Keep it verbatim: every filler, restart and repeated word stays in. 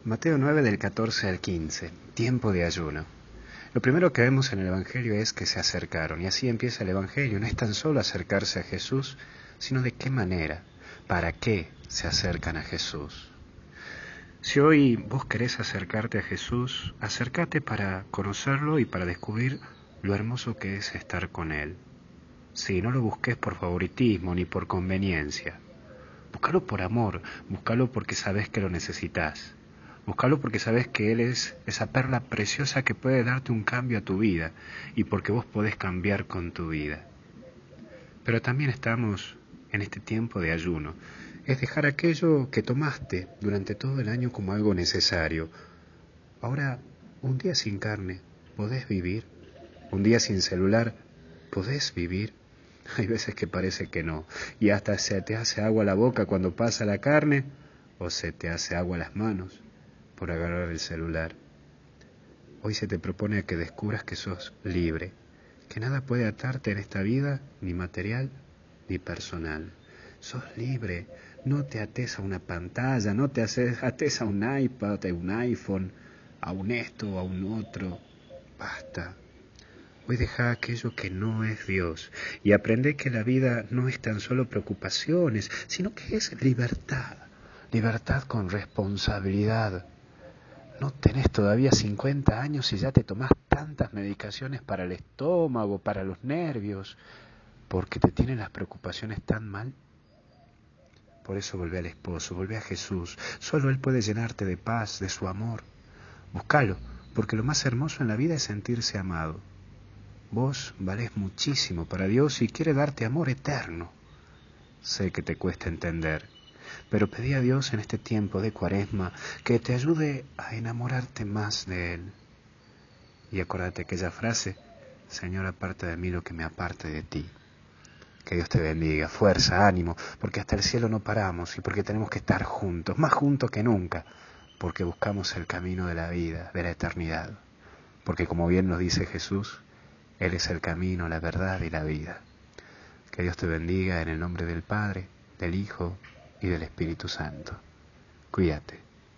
Mateo nueve del catorce al quince, tiempo de ayuno. Lo primero que vemos en el Evangelio es que se acercaron, y así empieza el Evangelio. No es tan solo acercarse a Jesús, sino de qué manera, para qué se acercan a Jesús. Si hoy vos querés acercarte a Jesús, acércate para conocerlo y para descubrir lo hermoso que es estar con Él. Sí, no lo busques por favoritismo ni por conveniencia. Búscalo por amor, búscalo porque sabes que lo necesitas. Búscalo porque sabes que Él es esa perla preciosa que puede darte un cambio a tu vida y porque vos podés cambiar con tu vida. Pero también estamos en este tiempo de ayuno. Es dejar aquello que tomaste durante todo el año como algo necesario. Ahora, un día sin carne, ¿podés vivir? Un día sin celular, ¿podés vivir? Hay veces que parece que no, y hasta se te hace agua la boca cuando pasa la carne, o se te hace agua las manos por agarrar el celular. Hoy se te propone que descubras que sos libre, que nada puede atarte en esta vida, ni material, ni personal. Sos libre, no te ates a una pantalla, no te ates a un iPad, a un iPhone, a un esto o a un otro. Basta. Hoy deja aquello que no es Dios y aprende que la vida no es tan solo preocupaciones, sino que es libertad. Libertad con responsabilidad. No tenés todavía cincuenta años y ya te tomás tantas medicaciones para el estómago, para los nervios, porque te tienen las preocupaciones tan mal. Por eso volvé al esposo, volvé a Jesús. Solo Él puede llenarte de paz, de su amor. Búscalo, porque lo más hermoso en la vida es sentirse amado. Vos valés muchísimo para Dios y quiere darte amor eterno. Sé que te cuesta entender, pero pedí a Dios en este tiempo de Cuaresma que te ayude a enamorarte más de Él. Y acordate aquella frase: Señor, aparta de mí lo que me aparte de ti. Que Dios te bendiga, fuerza, ánimo, porque hasta el cielo no paramos y porque tenemos que estar juntos, más juntos que nunca, porque buscamos el camino de la vida, de la eternidad. Porque como bien nos dice Jesús, Él es el camino, la verdad y la vida. Que Dios te bendiga en el nombre del Padre, del Hijo y del Espíritu Santo. Cuídate.